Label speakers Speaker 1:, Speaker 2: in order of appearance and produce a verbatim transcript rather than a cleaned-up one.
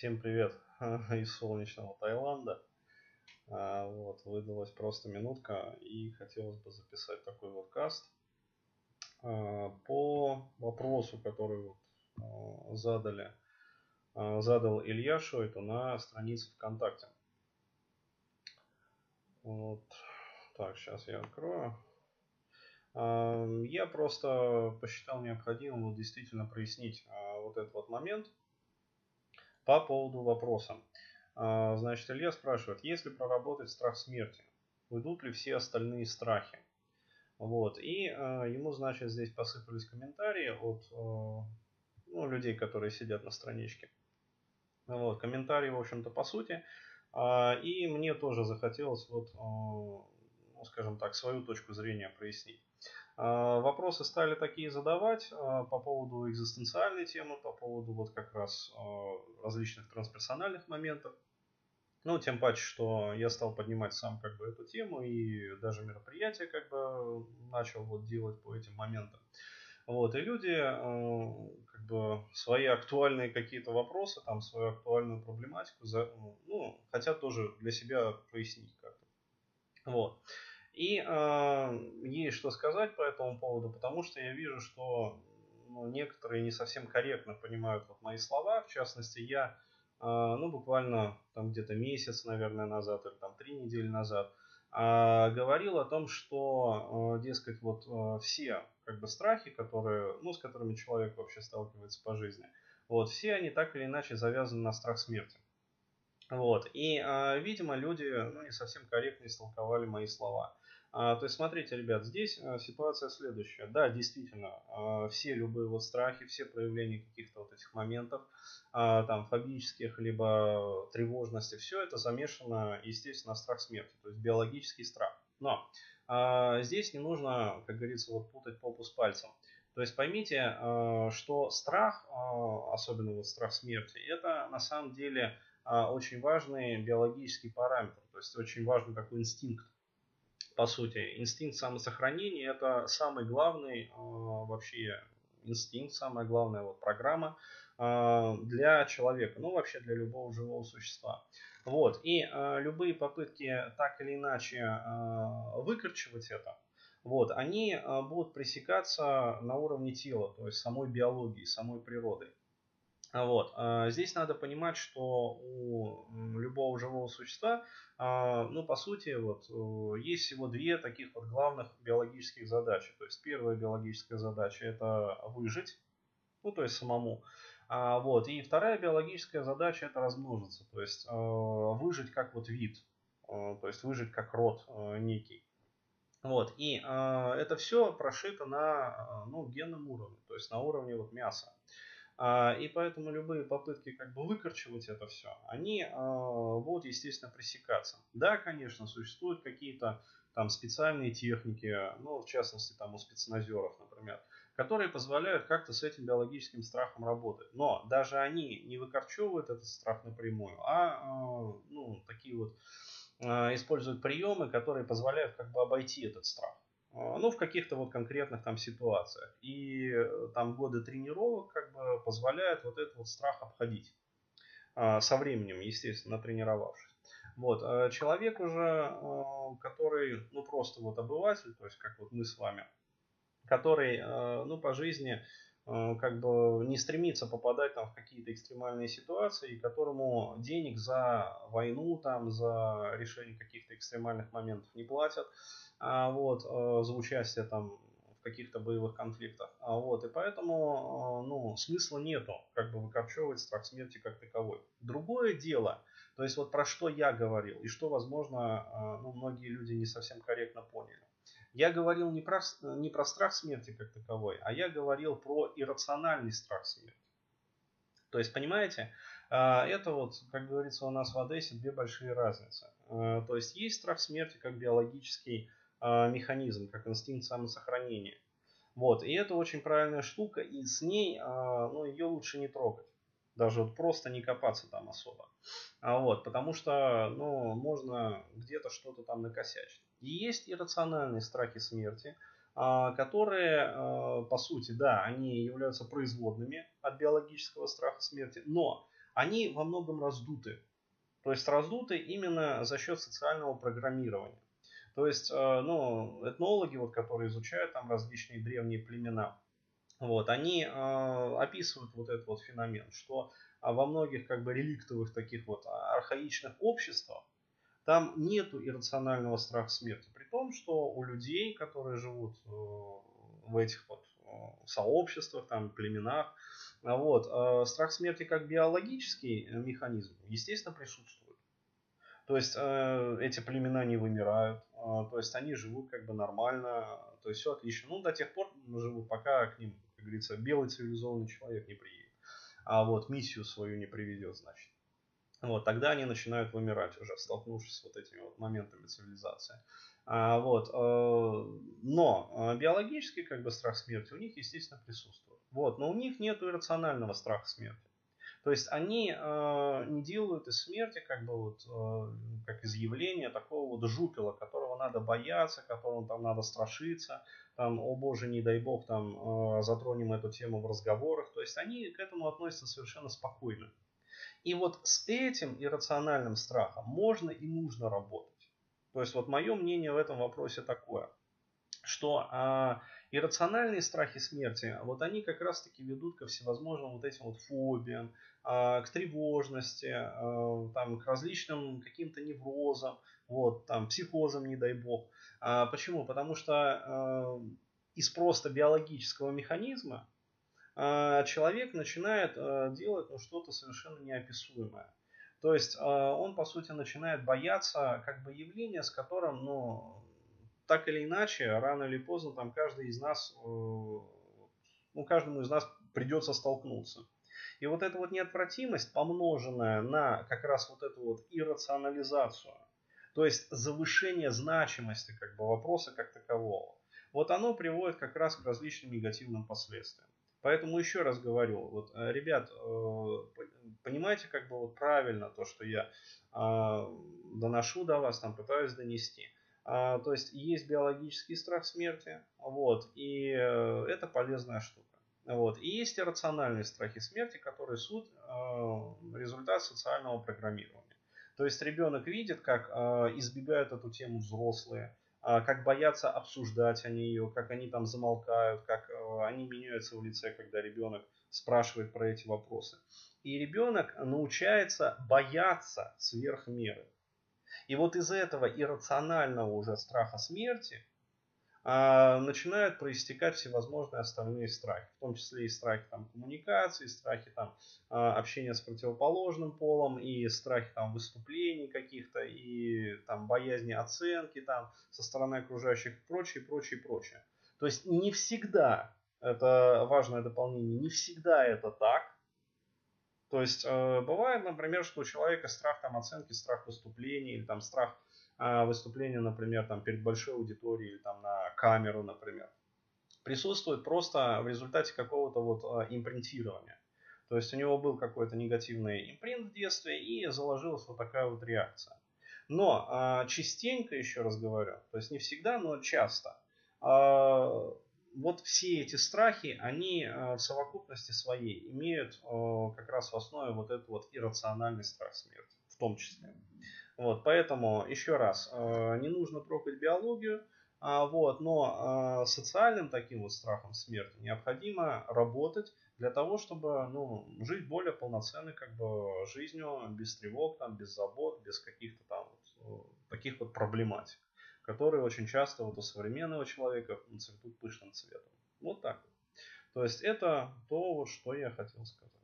Speaker 1: Всем привет из солнечного Таиланда. А, Вот, выдалась просто минутка и хотелось бы записать такой вот каст а, по вопросу, который вот, а, задали, а, задал Илья Шойто на странице ВКонтакте. Вот. Так, сейчас я открою. А, Я просто посчитал необходимым вот действительно прояснить а, вот этот вот момент по поводу вопроса. А, Значит, Илья спрашивает, если проработать страх смерти, уйдут ли все остальные страхи? Вот. И э, ему, значит, здесь посыпались комментарии от э, ну, людей, которые сидят на страничке. Вот. Комментарии, в общем-то, по сути. А, и мне тоже захотелось, вот, э, ну, скажем так, свою точку зрения прояснить. А, Вопросы стали такие задавать а, по поводу экзистенциальной темы, по поводу вот как раз а, различных трансперсональных моментов. Ну, тем паче, что я стал поднимать сам как бы эту тему и даже мероприятия как бы начал вот делать по этим моментам. Вот, и люди э, как бы свои актуальные какие-то вопросы, там свою актуальную проблематику, за, ну, хотят тоже для себя прояснить как-то. Вот. И э, есть что сказать по этому поводу, потому что я вижу, что ну, некоторые не совсем корректно понимают вот мои слова. В частности, я э, ну, буквально там где-то месяц, наверное, назад или там три недели назад э, говорил о том, что, э, дескать, вот э, все как бы страхи, которые, ну, с которыми человек вообще сталкивается по жизни, вот, все они так или иначе завязаны на страх смерти. Вот. И, э, видимо, люди ну, не совсем корректно истолковали мои слова. А, то есть, смотрите, ребят, здесь э, ситуация следующая. Да, действительно, э, все любые вот страхи, все проявления каких-то вот этих моментов, э, там, фобических, либо тревожности, все это замешано, естественно, на страх смерти, то есть биологический страх. Но э, здесь не нужно, как говорится, вот путать попу с пальцем. То есть поймите, э, что страх, э, особенно вот страх смерти, это на самом деле очень важный биологический параметр, то есть очень важный такой инстинкт. По сути, инстинкт самосохранения это самый главный вообще инстинкт, самая главная вот программа для человека, ну вообще для любого живого существа. Вот. И э, любые попытки так или иначе э, выкорчевать это, вот, они э, будут пресекаться на уровне тела, то есть самой биологии, самой природы. Вот. Здесь надо понимать, что у любого живого существа, ну, по сути, вот, есть всего две таких вот главных биологических задачи. То есть первая биологическая задача – это выжить, ну, то есть самому. Вот. И вторая биологическая задача – это размножиться, то есть выжить как вот вид, то есть выжить как род некий. Вот. И это все прошито на ну, генном уровне, то есть на уровне вот мяса. И поэтому любые попытки как бы выкорчевать это все, они будут, естественно, пресекаться. Да, конечно, существуют какие-то там специальные техники, ну, в частности, там у спецназеров, например, которые позволяют как-то с этим биологическим страхом работать. Но даже они не выкорчевывают этот страх напрямую, а ну, такие вот используют приемы, которые позволяют как бы обойти этот страх. Ну, в каких-то вот конкретных там ситуациях. И там годы тренировок как бы позволяют вот этот вот страх обходить. Со временем, естественно, натренировавшись. Вот. Человек уже, который, ну, просто вот обыватель, то есть как вот мы с вами, который, ну, по жизни как бы не стремится попадать там в какие-то экстремальные ситуации, и которому денег за войну, там, за решение каких-то экстремальных моментов не платят, а вот, за участие там в каких-то боевых конфликтах. А вот, и поэтому ну, смысла нету как бы выкорчевывать страх смерти как таковой. Другое дело, то есть вот про что я говорил, и что, возможно, ну, многие люди не совсем корректно поняли. Я говорил не про, не про страх смерти как таковой, а я говорил про иррациональный страх смерти. То есть, понимаете, это вот, как говорится у нас в Одессе, две большие разницы. То есть, есть страх смерти как биологический механизм, как инстинкт самосохранения. Вот, и это очень правильная штука, и с ней, ну, ее лучше не трогать. Даже вот просто не копаться там особо. А вот, потому что, ну, можно где-то что-то там накосячить. И есть иррациональные страхи смерти, которые, по сути, да, они являются производными от биологического страха смерти, но они во многом раздуты. То есть раздуты именно за счет социального программирования. То есть, ну, этнологи, вот, которые изучают там различные древние племена, вот, они э, описывают вот этот вот феномен, что а, во многих как бы реликтовых таких вот архаичных обществах там нету иррационального страха смерти. При том, что у людей, которые живут э, в этих вот э, сообществах, там, племенах, вот, э, страх смерти как биологический механизм, естественно, присутствует. То есть э, эти племена не вымирают, э, то есть они живут как бы нормально, то есть все отлично. Ну, до тех пор живут, пока к ним, как говорится, белый цивилизованный человек не приедет. А вот миссию свою не приведет, значит. Вот, тогда они начинают вымирать уже, столкнувшись с вот этими вот моментами цивилизации. А, вот, э, но э, биологический как бы страх смерти у них, естественно, присутствует. Вот, но у них нет иррационального страха смерти. То есть они э, не делают из смерти как бы вот э, как из явления такого вот жупела, которого надо бояться, которого там надо страшиться, там, о боже, не дай бог, там э, затронем эту тему в разговорах. То есть они к этому относятся совершенно спокойно. И вот с этим иррациональным страхом можно и нужно работать. То есть вот мое мнение в этом вопросе такое, что а, иррациональные страхи смерти, вот они как раз таки ведут ко всевозможным вот этим вот фобиям, а, к тревожности, а, там, к различным каким-то неврозам, вот, там, психозам, не дай бог. А, почему? Потому что а, из просто биологического механизма а, человек начинает а, делать ну, что-то совершенно неописуемое. То есть а, он, по сути, начинает бояться как бы явления, с которым, ну, так или иначе, рано или поздно, там каждый из нас, э, ну, каждому из нас придется столкнуться. И вот эта вот неотвратимость, помноженная на как раз вот эту вот иррационализацию, то есть завышение значимости как бы вопроса как такового, вот оно приводит как раз к различным негативным последствиям. Поэтому еще раз говорю, вот, ребят, понимаете как бы вот правильно то, что я доношу до вас, там пытаюсь донести. А, то есть есть биологический страх смерти, вот, и э, это полезная штука. Вот. И есть иррациональные страхи смерти, которые суть э, результат социального программирования. То есть ребенок видит, как э, избегают эту тему взрослые, э, как боятся обсуждать они ее, как они там замолкают, как э, они меняются в лице, когда ребенок спрашивает про эти вопросы. И ребенок научается бояться сверх меры. И вот из этого иррационального уже страха смерти а, начинают проистекать всевозможные остальные страхи, в том числе и страхи там, коммуникации, страхи там, а, общения с противоположным полом, и страхи там, выступлений каких-то, и там, боязни оценки там, со стороны окружающих и прочее, прочее, прочее. То есть не всегда, это важное дополнение, не всегда это так. То есть э, бывает, например, что у человека страх там, оценки, страх выступления, или там страх э, выступления, например, там, перед большой аудиторией, или там, на камеру, например, присутствует просто в результате какого-то вот э, импринтирования. То есть у него был какой-то негативный импринт в детстве, и заложилась вот такая вот реакция. Но э, частенько, еще раз говорю, то есть не всегда, но часто, э, вот все эти страхи, они э, в совокупности своей имеют э, как раз в основе вот этот вот иррациональный страх смерти, в том числе. Вот, поэтому, еще раз, э, не нужно трогать биологию, а, вот, но э, социальным таким вот страхом смерти необходимо работать для того, чтобы ну, жить более полноценной как бы, жизнью, без тревог, там, без забот, без каких-то там вот, таких вот проблематик, которые очень часто вот у современного человека цветут пышным цветом. Вот так вот. То есть это то, вот, что я хотел сказать.